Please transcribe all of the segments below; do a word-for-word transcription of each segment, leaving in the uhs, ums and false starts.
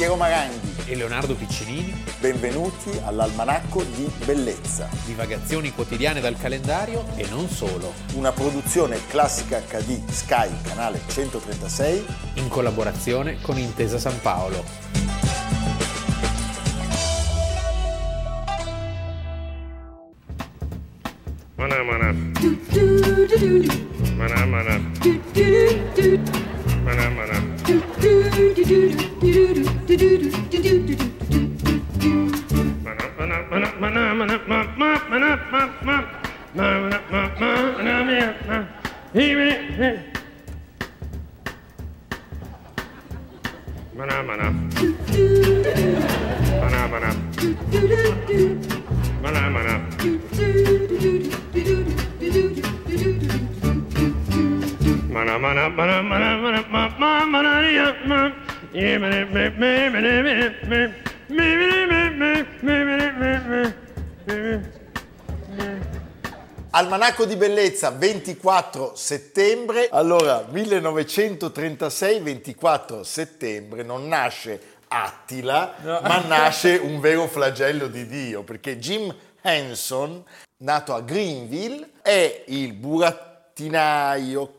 Piero Maranghi e Leonardo Piccinini. Benvenuti all'Almanacco di Bellezza. Divagazioni quotidiane dal calendario e non solo. Una produzione Classica acca di Sky, canale centotrentasei. In collaborazione con Intesa San Paolo. Mana mana. Mana mana. Mana mana. Almanacco di Bellezza, ventiquattro settembre. Allora, millenovecentotrentasei, ventiquattro settembre, non nasce Attila, no. ma nasce un vero flagello di Dio, perché Jim Henson, nato a Greenville, è il burattinaio,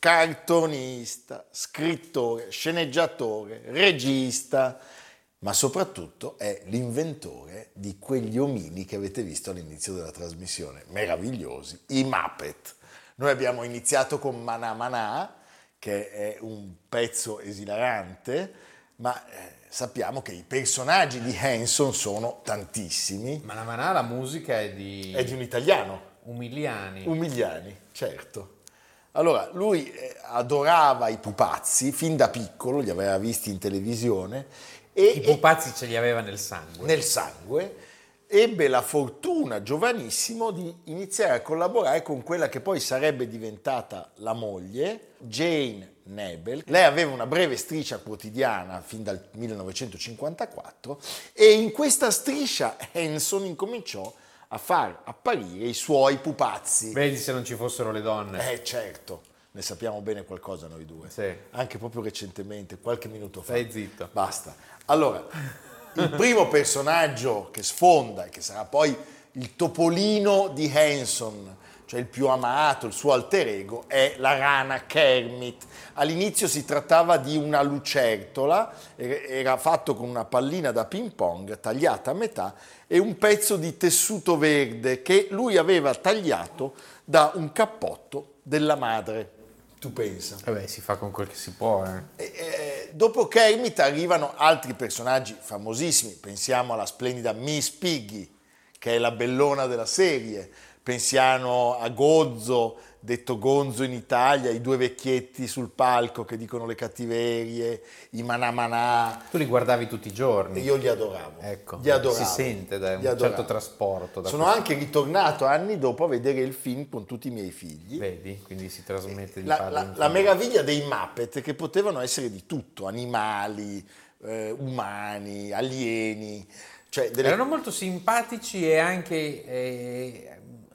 cartonista, scrittore, sceneggiatore, regista, ma soprattutto è l'inventore di quegli omini che avete visto all'inizio della trasmissione, meravigliosi, i Muppet. Noi abbiamo iniziato con Manà Manà, che è un pezzo esilarante, ma eh, sappiamo che i personaggi di Henson sono tantissimi. Manà Manà, la musica è di... È di un italiano. Umiliani. Umiliani, certo. Allora, lui eh, adorava i pupazzi, fin da piccolo, li aveva visti in televisione. E, I pupazzi ce li aveva nel sangue. Nel sangue. Ebbe la fortuna, giovanissimo, di iniziare a collaborare con quella che poi sarebbe diventata la moglie, Jane Nebel. Lei aveva una breve striscia quotidiana fin dal millenovecentocinquantaquattro e in questa striscia Henson incominciò a far apparire i suoi pupazzi. Vedi se non ci fossero le donne. Eh certo, ne sappiamo bene qualcosa noi due. Sì. Anche proprio recentemente, qualche minuto fa. Stai zitto. Basta. Allora, il primo personaggio che sfonda, che sarà poi il topolino di Henson, cioè il più amato, il suo alter ego, è la rana Kermit. All'inizio si trattava di una lucertola, era fatto con una pallina da ping pong tagliata a metà e un pezzo di tessuto verde che lui aveva tagliato da un cappotto della madre. Tu pensa? Vabbè, si fa con quel che si può. Eh. E, eh, dopo Kermit arrivano altri personaggi famosissimi. Pensiamo alla splendida Miss Piggy, che è la bellona della serie. Pensiamo a Gozzo, detto Gonzo in Italia, i due vecchietti sul palco che dicono le cattiverie, i Manà Manà. Tu li guardavi tutti i giorni. E io li adoravo. Ecco, li adoravo. si sente da un li adoravo. certo trasporto. Da Sono questo... anche ritornato anni dopo a vedere il film con tutti i miei figli. Vedi? Quindi si trasmette di la, padre la, in la figlio. meraviglia dei Muppet è che potevano essere di tutto, animali, eh, umani, alieni. Cioè delle... Erano molto simpatici e anche eh,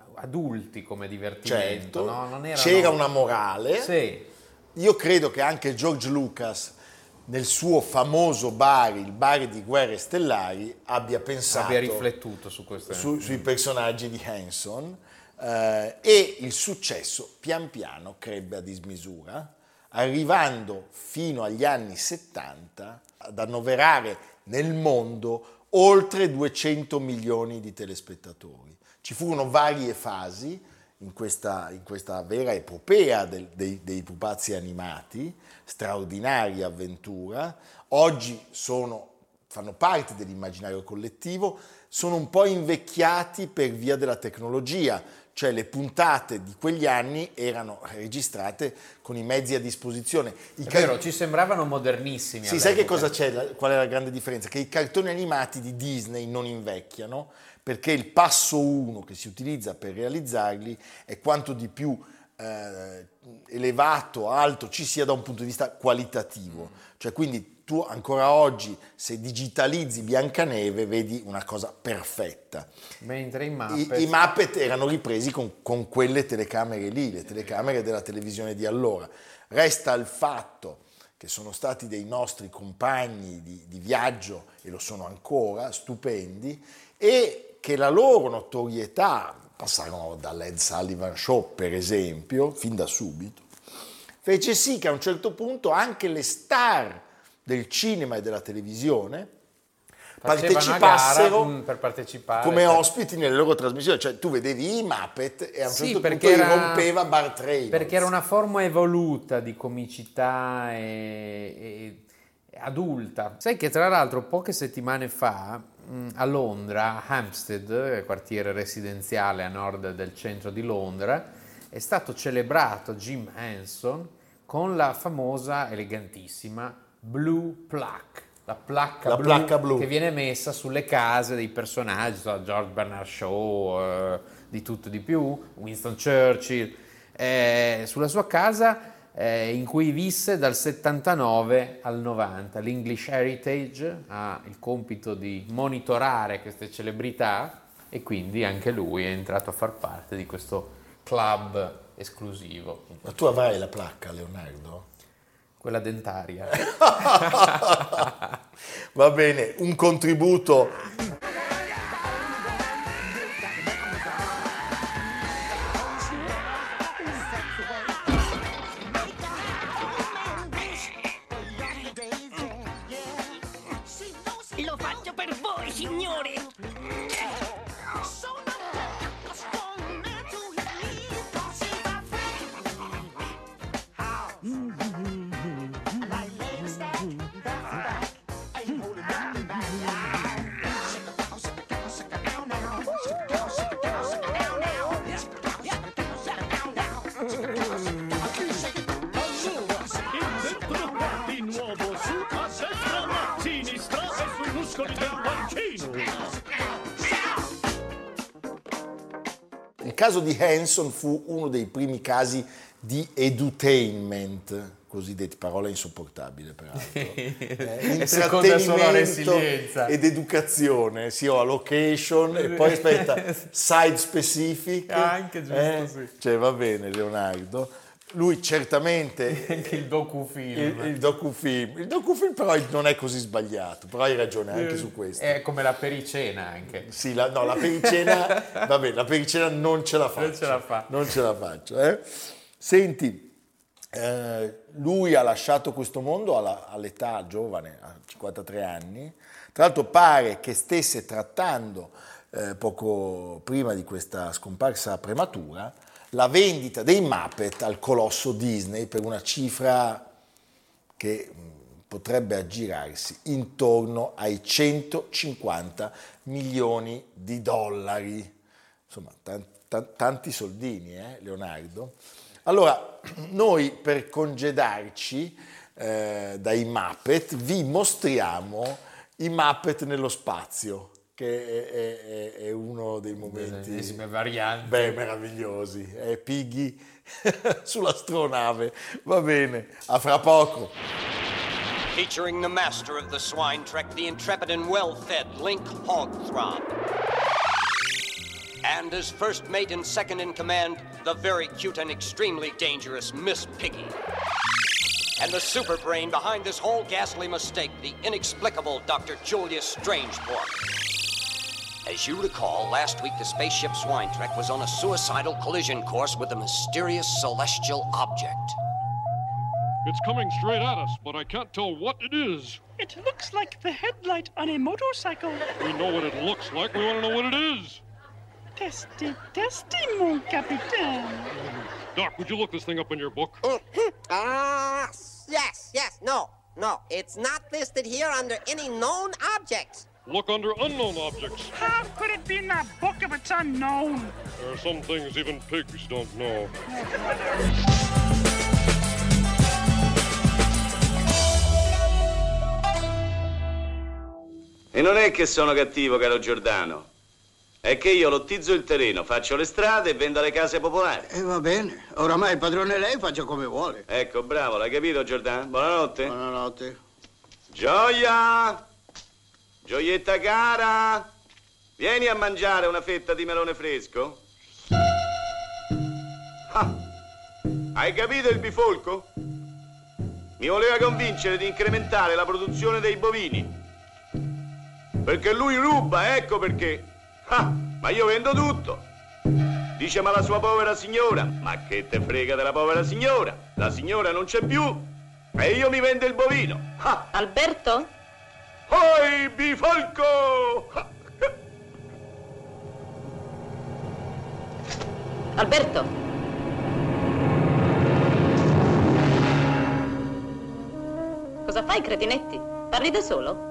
adulti come divertimento. Certo, No? Non erano... c'era una morale. Sì. Io credo che anche George Lucas nel suo famoso Bari, il Bari di Guerre Stellari, abbia pensato abbia riflettuto su questo. Su, sui personaggi di Henson eh, e il successo pian piano crebbe a dismisura, arrivando fino agli anni settanta ad annoverare nel mondo oltre duecento milioni di telespettatori. Ci furono varie fasi in questa, in questa vera epopea del, dei, dei pupazzi animati, straordinaria avventura. Oggi sono, fanno parte dell'immaginario collettivo, sono un po' invecchiati per via della tecnologia, cioè le puntate di quegli anni erano registrate con i mezzi a disposizione. I È car- vero, ci sembravano modernissimi. Sì, sai che cosa c'è? La- Qual è la grande differenza? Che i cartoni animati di Disney non invecchiano, perché il passo uno che si utilizza per realizzarli è quanto di più eh, elevato, alto ci sia da un punto di vista qualitativo. Cioè, quindi tu ancora oggi, se digitalizzi Biancaneve, vedi una cosa perfetta. Mentre i Muppet, I, i Muppet erano ripresi con, con quelle telecamere lì, le telecamere della televisione di allora. Resta il fatto che sono stati dei nostri compagni di, di viaggio e lo sono ancora, stupendi, e che la loro notorietà, passarono dall'Ed Sullivan Show per esempio, fin da subito, fece sì che a un certo punto anche le star del cinema e della televisione partecipassero gara, per partecipare come per... ospiti nelle loro trasmissioni, cioè tu vedevi i Muppet e a un sì, certo punto era, irrompeva Burt Reynolds. Perché era una forma evoluta di comicità e, e adulta. Sai che tra l'altro poche settimane fa a Londra, a Hampstead, quartiere residenziale a nord del centro di Londra, è stato celebrato Jim Henson con la famosa, elegantissima Blue Plaque. La placca, la blu, placca blu che viene messa sulle case dei personaggi, so, George Bernard Shaw, eh, di tutto di più, Winston Churchill, eh, sulla sua casa eh, in cui visse dal settantanove al novanta. L'English Heritage ha il compito di monitorare queste celebrità e quindi anche lui è entrato a far parte di questo club esclusivo. Ma tu avrai la placca, Leonardo? Quella dentaria. Va bene, un contributo. Lo faccio per voi, signore. Il caso di Henson fu uno dei primi casi di edutainment, cosiddetti, parola insopportabile peraltro, eh, intrattenimento ed educazione, sì, ho location e poi aspetta, side specific, anche giusto, eh, sì. Cioè va bene Leonardo, lui certamente anche il docufilm il, il docufilm il docufilm però non è così sbagliato, però hai ragione anche su questo, è come la pericena anche, sì, la, no la pericena vabbè, la pericena non ce la faccio non ce la fa non ce la faccio eh. Senti, eh, lui ha lasciato questo mondo alla, all'età giovane, a cinquantatré anni, tra l'altro pare che stesse trattando eh, poco prima di questa scomparsa prematura la vendita dei Muppet al colosso Disney per una cifra che potrebbe aggirarsi intorno ai centocinquanta milioni di dollari. Insomma, t- t- tanti soldini, eh, Leonardo? Allora, noi per congedarci eh, dai Muppet vi mostriamo i Muppet nello spazio, che è, è, è uno dei momenti varianti. Beh, meravigliosi, è Piggy sull'astronave, va bene, a fra poco. Featuring the master of the swine trek, the intrepid and well-fed Link Hogthrob. And as first mate and second in command, the very cute and extremely dangerous Miss Piggy. And the super brain behind this whole ghastly mistake, the inexplicable Doctor Julius Strangepork. As you recall, last week the spaceship Swine Trek was on a suicidal collision course with a mysterious celestial object. It's coming straight at us, but I can't tell what it is. It looks like the headlight on a motorcycle. We know what it looks like. We want to know what it is. Testy, testy, mon capitaine. Doc, would you look this thing up in your book? Ah, uh, yes, yes, no, no. It's not listed here under any known objects. Look under unknown objects. How could it be in that book if it's unknown? There are some things even pigs don't know. E non è che sono cattivo, caro Giordano. È che io lottizzo il terreno, faccio le strade e vendo le case popolari. E eh, va bene, oramai padrone lei, faccia come vuole. Ecco, bravo, l'hai capito, Giordano? Buonanotte. Buonanotte. Gioia! Gioietta cara! Vieni a mangiare una fetta di melone fresco? Ah, hai capito il bifolco? mi voleva convincere di incrementare la produzione dei bovini. Perché lui ruba, ecco perché. Ah, ma io vendo tutto. Dice, ma la sua povera signora? Ma che te frega della povera signora? La signora non c'è più e io mi vendo il bovino. Ah. Alberto? Oi, bifolco! Ah. Alberto? Cosa fai, cretinetti? Parli da solo?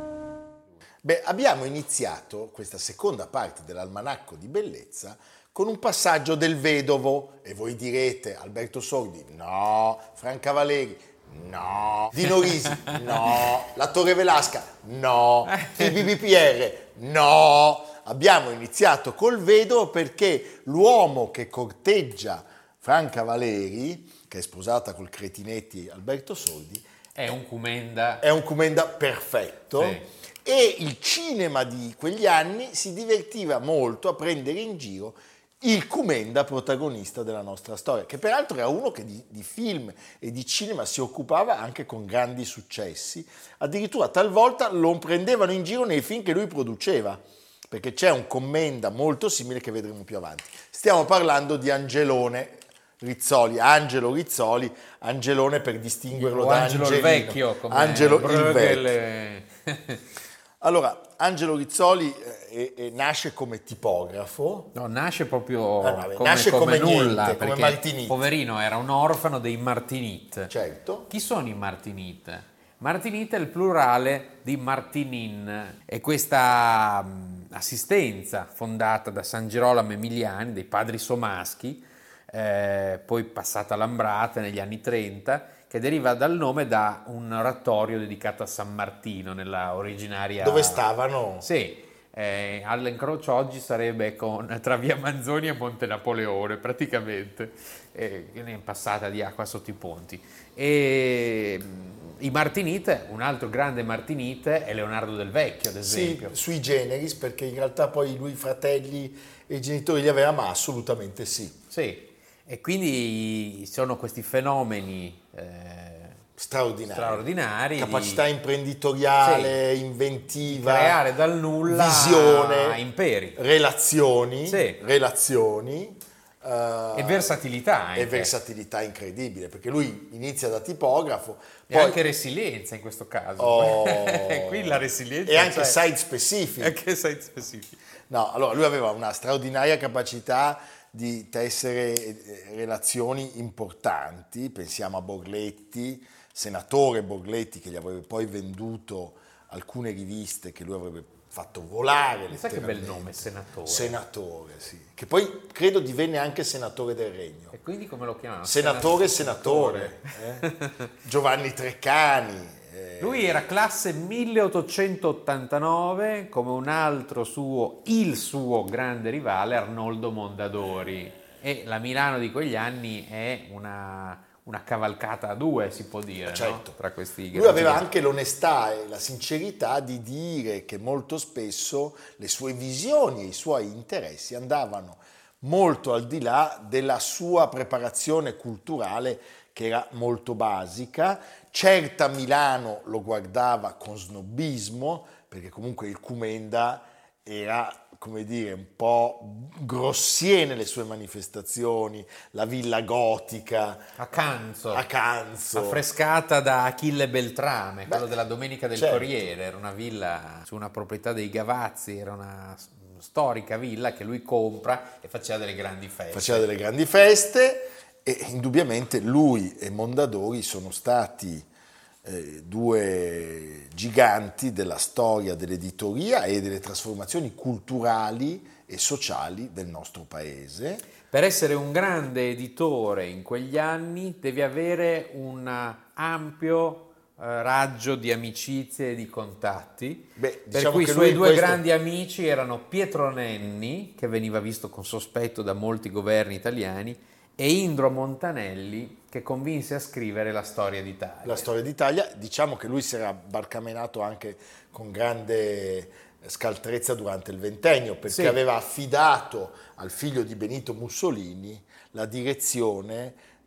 Beh, abbiamo iniziato questa seconda parte dell'Almanacco di Bellezza con un passaggio del Vedovo e voi direte Alberto Sordi, no, Franca Valeri, no, Dino Risi, no, la Torre Velasca, no, il B B P R, no. Abbiamo iniziato col Vedovo perché l'uomo che corteggia Franca Valeri, che è sposata col cretinetti Alberto Sordi, è un Cumenda. È un Cumenda perfetto. Sì. E il cinema di quegli anni si divertiva molto a prendere in giro il Cumenda protagonista della nostra storia, che peraltro era uno che di, di film e di cinema si occupava anche con grandi successi, addirittura talvolta lo prendevano in giro nei film che lui produceva, perché c'è un Commenda molto simile che vedremo più avanti. Stiamo parlando di Angelone Rizzoli, Angelo Rizzoli, Angelone per distinguerlo da Angelo Angelino. il vecchio, come Angelo il vecchio. Le... Allora, Angelo Rizzoli eh, eh, nasce come tipografo. No, nasce proprio ah, vabbè, come, nasce come, come nulla, niente, come Martinit. Poverino, era un orfano dei Martinit. Certo. Chi sono i Martinit? Martinit è il plurale di Martinin, è questa mh, assistenza fondata da San Girolamo Emiliani, dei padri Somaschi, eh, poi passata a Lambrate negli anni trenta, che deriva dal nome da un oratorio dedicato a San Martino nella originaria... Dove stavano? Sì, eh, all'incrocio oggi sarebbe con, tra via Manzoni e Monte Napoleone praticamente, eh, che ne è passata di acqua sotto i ponti. E i Martinit, un altro grande Martinit è Leonardo Del Vecchio, ad esempio. Sì, sui generis, perché in realtà poi lui i fratelli e i genitori li aveva, ma assolutamente sì. Sì. E quindi sono questi fenomeni eh, straordinari. straordinari, capacità di, imprenditoriale, sì, inventiva, creare dal nulla visione, imperi, relazioni, sì, relazioni uh, e versatilità anche. e versatilità incredibile, perché lui inizia da tipografo e poi... anche resilienza in questo caso. Oh, qui la resilienza e anche cioè... site specific. Anche site specific. No, allora lui aveva una straordinaria capacità di tessere relazioni importanti, pensiamo a Borgletti, senatore Borgletti, che gli avrebbe poi venduto alcune riviste che lui avrebbe fatto volare. Sai che bel nome, senatore. Senatore, sì. Che poi credo divenne anche senatore del Regno. E quindi come lo chiamavano? Senatore, senatore. senatore. Eh? Giovanni Treccani. Lui era classe milleottocentottantanove, come un altro suo, il suo grande rivale Arnoldo Mondadori, e la Milano di quegli anni è una, una cavalcata a due, si può dire, certo, no? Tra questi lui aveva anche l'onestà e la sincerità di dire che molto spesso le sue visioni e i suoi interessi andavano molto al di là della sua preparazione culturale, che era molto basica. Certa Milano lo guardava con snobismo, perché comunque il Cumenda era, come dire, un po' grossier nelle sue manifestazioni, la villa gotica a Canzo, a Canzo. affrescata da Achille Beltrame, quello Beh, della Domenica del certo. Corriere. Era una villa su una proprietà dei Gavazzi, era una storica villa che lui compra e faceva delle grandi feste. Faceva delle grandi feste. E indubbiamente lui e Mondadori sono stati eh, due giganti della storia dell'editoria e delle trasformazioni culturali e sociali del nostro paese. Per essere un grande editore in quegli anni devi avere un ampio eh, raggio di amicizie e di contatti. Beh, per diciamo cui i che suoi due questo... grandi amici erano Pietro Nenni, che veniva visto con sospetto da molti governi italiani, e Indro Montanelli, che convinse a scrivere la storia d'Italia. La storia d'Italia, diciamo che lui si era barcamenato anche con grande scaltrezza durante il ventennio, perché sì. aveva affidato al figlio di Benito Mussolini la direzione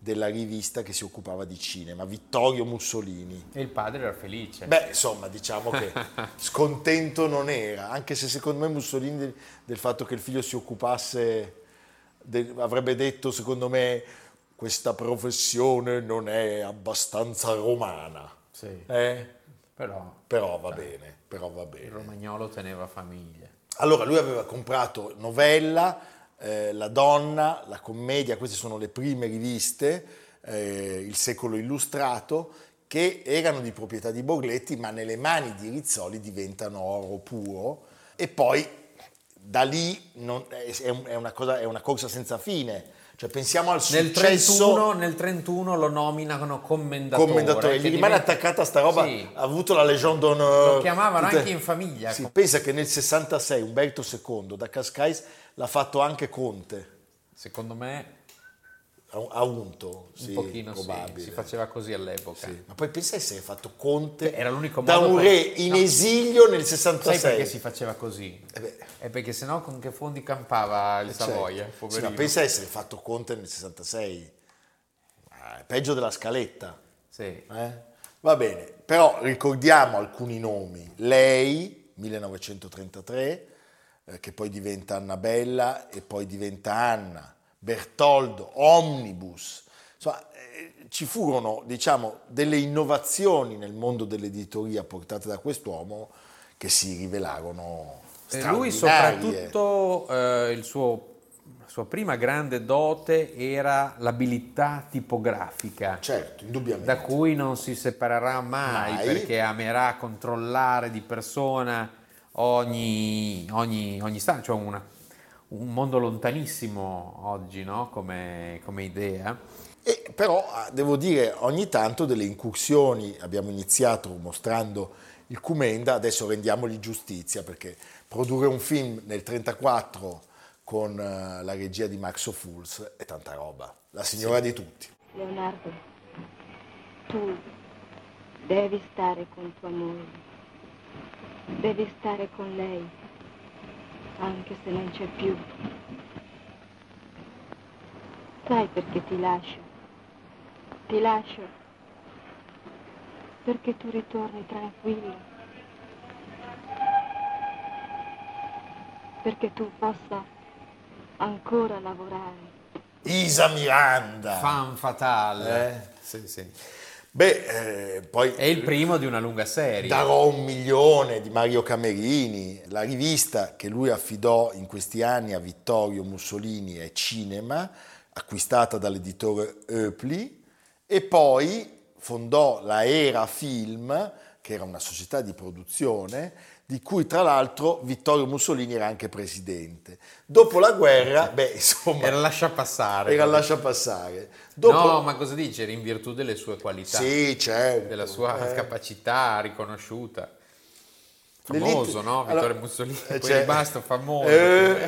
della rivista che si occupava di cinema, Vittorio Mussolini. E il padre era felice. Beh, insomma, diciamo che scontento non era, anche se secondo me Mussolini del, del fatto che il figlio si occupasse, del, avrebbe detto, secondo me, questa professione non è abbastanza romana. Sì. Eh? Però, però va bene, però va bene. Il romagnolo teneva famiglia. Allora, lui aveva comprato Novella, Eh, La Donna, La Commedia, queste sono le prime riviste, eh, Il Secolo Illustrato, che erano di proprietà di Borgletti, ma nelle mani di Rizzoli diventano oro puro, e poi da lì non, è, è, una cosa, è una corsa senza fine. Cioè, pensiamo al nel successo... trentuno, nel trentuno lo nominano commendatore. Commendatore, gli rimane diventa... attaccata sta roba, sì. Ha avuto la Légion d'honneur. Lo chiamavano tutte... anche in famiglia. Sì, pensa che nel sessantasei Umberto secondo da Cascais l'ha fatto anche Conte. Secondo me... Ha unto, un sì, pochino probabile. Sì, si faceva così all'epoca. Sì. Ma poi pensa essere fatto Conte era l'unico da modo un per... re in no. esilio nel sessantasei. Sai perché si faceva così? Eh beh. È perché sennò con che fondi campava il eh Savoia, certo. poverino. Sì, ma pensa essere fatto Conte nel sessantasei. È peggio della Scaletta. Sì. Eh? Va bene, però ricordiamo alcuni nomi. Lei, millenovecentotrentatré, eh, che poi diventa Annabella e poi diventa Anna. Bertoldo, Omnibus, insomma, eh, ci furono, diciamo, delle innovazioni nel mondo dell'editoria portate da quest'uomo che si rivelarono straordinarie. Lui soprattutto, eh, il suo, la sua prima grande dote era l'abilità tipografica. Certo, indubbiamente. Da cui non si separerà mai, mai. Perché amerà controllare di persona ogni, ogni, ogni stanza, cioè una un mondo lontanissimo oggi, no? Come, come idea. E però devo dire, ogni tanto delle incursioni, abbiamo iniziato mostrando il Cumenda, adesso rendiamogli giustizia, perché produrre un film nel trentaquattro con uh, la regia di Max Ophuls è tanta roba, la signora sì. di tutti. Leonardo, tu devi stare con tua moglie, devi stare con lei, anche se non c'è più. Sai perché ti lascio? Ti lascio perché tu ritorni tranquillo, perché tu possa ancora lavorare. Isa Miranda! Fan fatale. Eh? Sì, sì. Beh, eh, poi è il primo di una lunga serie. Darò un milione di Mario Camerini, la rivista che lui affidò in questi anni a Vittorio Mussolini è Cinema, acquistata dall'editore Oepli, e poi fondò la Era Film, che era una società di produzione, di cui tra l'altro Vittorio Mussolini era anche presidente. Dopo la guerra, beh, insomma... Era lascia passare. Era lascia passare. Dopo... No, ma cosa dice? Era in virtù delle sue qualità. Sì, certo. Della sua eh. capacità riconosciuta. Famoso, no? Vittorio allora, Mussolini, eh, poi cioè, rimasto famoso. Eh,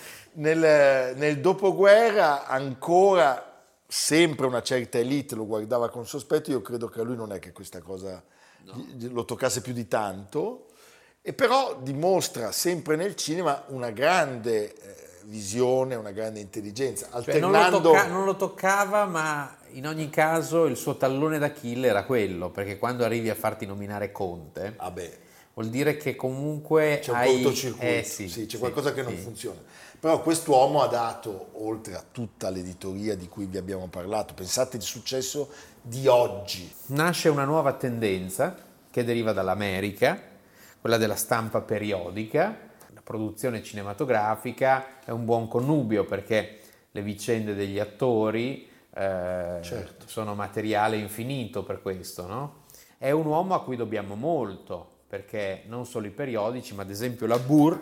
nel, nel dopoguerra ancora sempre una certa elite lo guardava con sospetto, io credo che a lui non è che questa cosa no. lo toccasse più di tanto, e però dimostra sempre nel cinema una grande eh, visione, una grande intelligenza. Alternando... Cioè non, lo tocca, non lo toccava, ma in ogni caso il suo tallone d'Achille era quello, perché quando arrivi a farti nominare Conte, ah beh, vuol dire che comunque c'è un hai... cortocircuito, eh, sì, sì, c'è sì, qualcosa che non sì. funziona. Però quest'uomo ha dato, oltre a tutta l'editoria di cui vi abbiamo parlato, pensate il successo di oggi. Nasce una nuova tendenza che deriva dall'America, quella della stampa periodica. La produzione cinematografica è un buon connubio perché le vicende degli attori eh, certo. sono materiale infinito per questo, no? È un uomo a cui dobbiamo molto, perché non solo i periodici, ma ad esempio la Burr,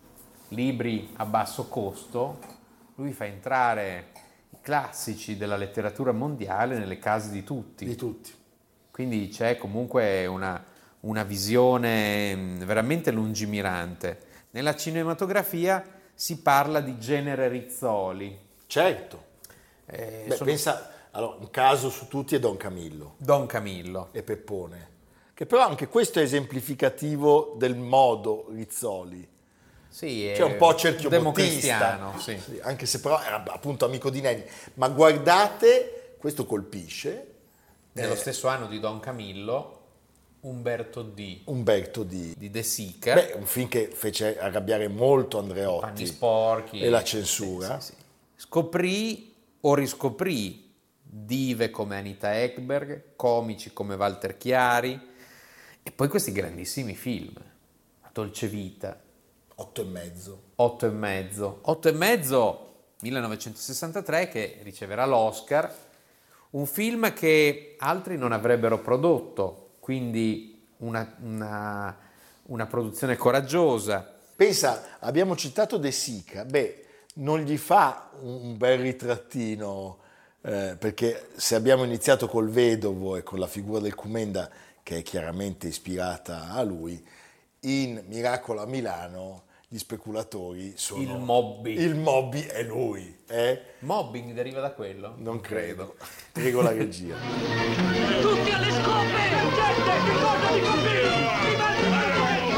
libri a basso costo, lui fa entrare i classici della letteratura mondiale nelle case di tutti. Di tutti. Quindi c'è comunque una, una visione veramente lungimirante. Nella cinematografia si parla di genere Rizzoli. Certo. Eh, Beh, sono... pensa, allora, un caso su tutti è Don Camillo. Don Camillo. E Peppone. Che però anche questo è esemplificativo del modo Rizzoli. Sì, cioè un po' cerchiobottista, democristiano, sì. Sì, anche se però era appunto amico di Nenni. Ma guardate questo colpisce. Nello eh, stesso anno di Don Camillo, Umberto D. Umberto D. di De Sica. Beh, un film che fece arrabbiare molto Andreotti. Panni sporchi. E la censura. Sì, sì, sì. Scoprì o riscoprì dive come Anita Ekberg, comici come Walter Chiari e poi questi grandissimi film. La Dolce Vita. Otto e mezzo. Otto e mezzo. Otto e mezzo, millenovecentosessantatré, che riceverà l'Oscar. Un film che altri non avrebbero prodotto, quindi una, una, una produzione coraggiosa. Pensa, abbiamo citato De Sica, beh, non gli fa un bel ritrattino, eh, perché se abbiamo iniziato col Vedovo e con la figura del Comenda, che è chiaramente ispirata a lui, in Miracolo a Milano gli speculatori sono... Il Mobby. Il Mobby è lui. Eh? Mobbing deriva da quello? Non credo. Prego la regia. Tutti alle scope! Gente, che cosa di capire?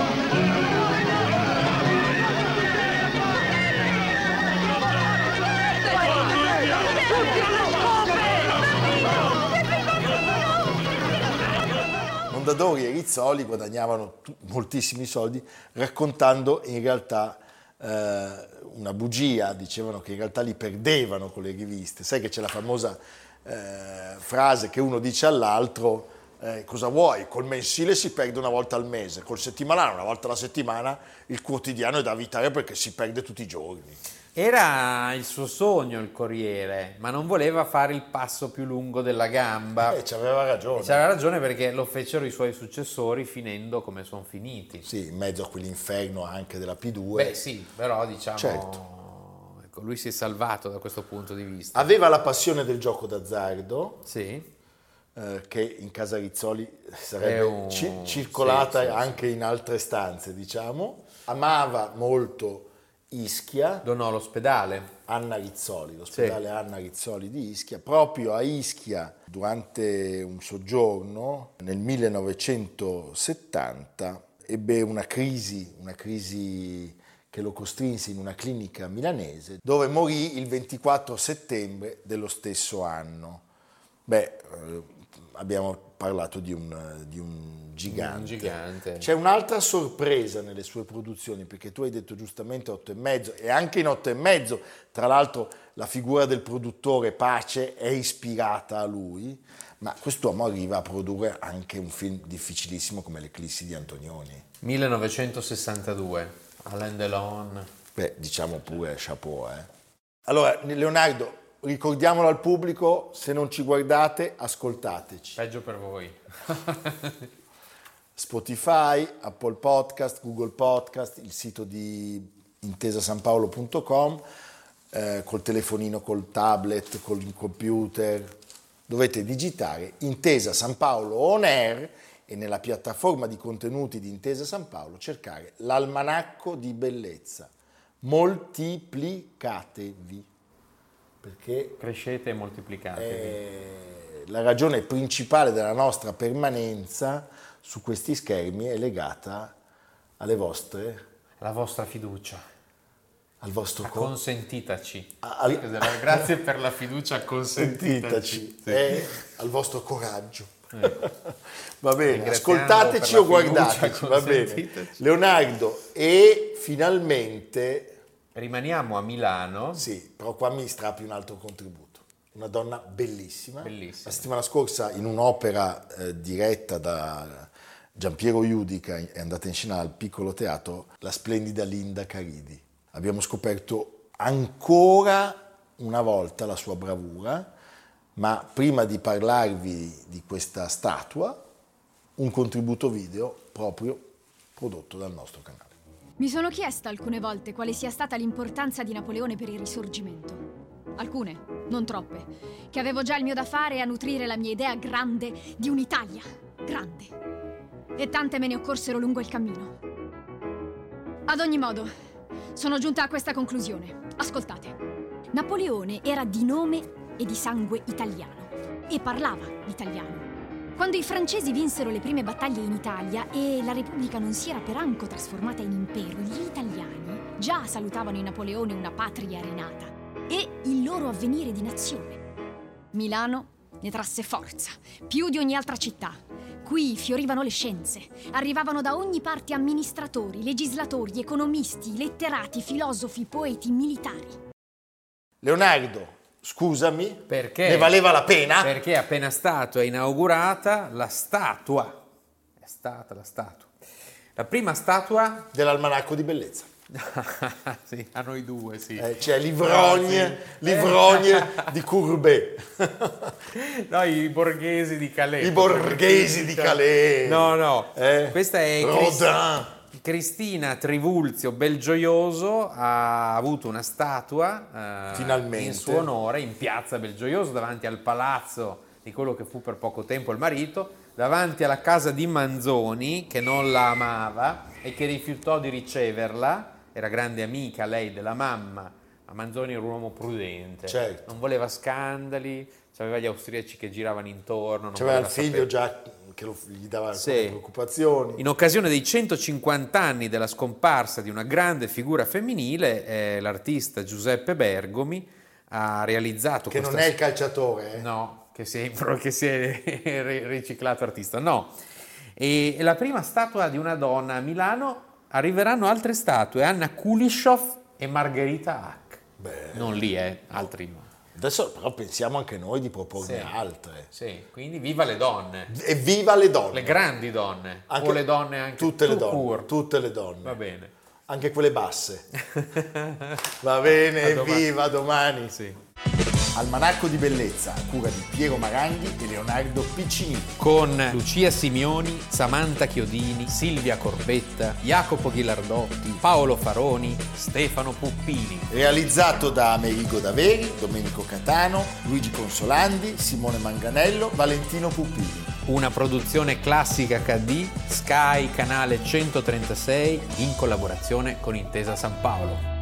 Tutti alle scope! Mondadori e Rizzoli guadagnavano t- moltissimi soldi raccontando in realtà eh, una bugia, dicevano che in realtà li perdevano con le riviste. Sai che c'è la famosa eh, frase che uno dice all'altro, eh, cosa vuoi? Col mensile si perde una volta al mese, col settimanale una volta alla settimana, il quotidiano è da evitare perché si perde tutti i giorni. Era il suo sogno il Corriere, ma non voleva fare il passo più lungo della gamba. E c'aveva ragione. E c'aveva ragione perché lo fecero i suoi successori finendo come sono finiti. Sì, in mezzo a quell'inferno anche della P due. Beh sì, però diciamo... Certo. Ecco, lui si è salvato da questo punto di vista. Aveva la passione del gioco d'azzardo. Sì. Eh, che in casa Rizzoli sarebbe un... ci- circolata sì, sì, anche sì. in altre stanze, diciamo. Amava molto Ischia. Donò l'ospedale. Anna Rizzoli, l'ospedale sì. Anna Rizzoli di Ischia. Proprio a Ischia, durante un soggiorno, nel millenovecentosettanta, ebbe una crisi, una crisi che lo costrinse in una clinica milanese, dove morì il ventiquattro settembre dello stesso anno. Beh, eh, abbiamo parlato di un, di un gigante. Un gigante. C'è un'altra sorpresa nelle sue produzioni, perché tu hai detto giustamente otto e mezzo, e anche in otto e mezzo, tra l'altro, la figura del produttore Pace è ispirata a lui, ma quest'uomo arriva a produrre anche un film difficilissimo come L'Eclissi di Antonioni. millenovecentosessantadue, Alain Delon. Beh, diciamo pure chapeau, eh. Allora, Leonardo, ricordiamolo al pubblico, se non ci guardate, ascoltateci. Peggio per voi. Spotify, Apple Podcast, Google Podcast, il sito di intesa san paolo punto com, eh, col telefonino, col tablet, col computer. Dovete digitare Intesa San Paolo On Air e nella piattaforma di contenuti di Intesa San Paolo cercare l'almanacco di bellezza. Moltiplicatevi. Perché crescete e moltiplicatevi. Eh, la ragione principale della nostra permanenza su questi schermi è legata alle vostre... La vostra fiducia. Al vostro a co- consentitaci. Al... Grazie per la fiducia, consentitaci. Sì. E al vostro coraggio. Eh. Va bene, ascoltateci o guardateci, va bene. Leonardo, e finalmente... Rimaniamo a Milano. Sì, però qua mi strappi un altro contributo. Una donna bellissima. Bellissima. La settimana scorsa in un'opera eh, diretta da Giampiero Iudica è andata in scena al Piccolo Teatro la splendida Linda Caridi. Abbiamo scoperto ancora una volta la sua bravura, ma prima di parlarvi di questa statua, un contributo video proprio prodotto dal nostro canale. Mi sono chiesta alcune volte quale sia stata l'importanza di Napoleone per il Risorgimento. Alcune, non troppe, che avevo già il mio da fare a nutrire la mia idea grande di un'Italia grande. E tante me ne occorsero lungo il cammino. Ad ogni modo, sono giunta a questa conclusione. Ascoltate. Napoleone era di nome e di sangue italiano e parlava l'italiano. Quando i francesi vinsero le prime battaglie in Italia e la Repubblica non si era peranco trasformata in impero, gli italiani già salutavano in Napoleone una patria rinata e il loro avvenire di nazione. Milano ne trasse forza, più di ogni altra città. Qui fiorivano le scienze, arrivavano da ogni parte amministratori, legislatori, economisti, letterati, filosofi, poeti, militari. Leonardo, scusami, perché? Ne valeva la pena? Perché appena stata inaugurata la statua, è stata la statua, la prima statua dell'almanacco di bellezza. Sì, a noi due, sì. Eh, c'è Livrogne, ah, sì. Livrogne di Courbet. No, i borghesi di Calais. I borghesi di Calais. No, no. Eh? Questa è Rodin. Cristina Trivulzio Belgioioso ha avuto una statua eh, finalmente in suo onore in piazza Belgioioso, davanti al palazzo di quello che fu per poco tempo il marito, davanti alla casa di Manzoni, che non la amava e che rifiutò di riceverla. Era grande amica lei della mamma, ma Manzoni era un uomo prudente, certo. Non voleva scandali, aveva gli austriaci che giravano intorno. C'aveva il figlio sapere. già che lo, gli dava alcune sì. preoccupazioni. In occasione dei centocinquanta anni della scomparsa di una grande figura femminile, eh, l'artista Giuseppe Bergomi ha realizzato... Che questa... non è il calciatore, eh? No, che si è, che si è riciclato artista, no. E la prima statua di una donna a Milano, arriveranno altre statue, Anna Kulishov e Margherita Hack. Beh. Non lì, eh, altri no. Adesso però pensiamo anche noi di proporne sì. altre. Sì, quindi viva le donne. E viva le donne. Le grandi donne. Anche, o le donne anche. Tutte le donne. Pur. Tutte le donne. Va bene. Anche quelle basse. Va bene, a domani. Viva domani. Sì. Almanacco di bellezza a cura di Piero Maranghi e Leonardo Piccinini. Con Lucia Simioni, Samantha Chiodini, Silvia Corbetta, Jacopo Ghilardotti, Paolo Faroni, Stefano Puppini. Realizzato da Amerigo Daveri, Domenico Catano, Luigi Consolandi, Simone Manganello, Valentino Puppini. Una produzione Classica acca di, Sky, canale centotrentasei, in collaborazione con Intesa San Paolo.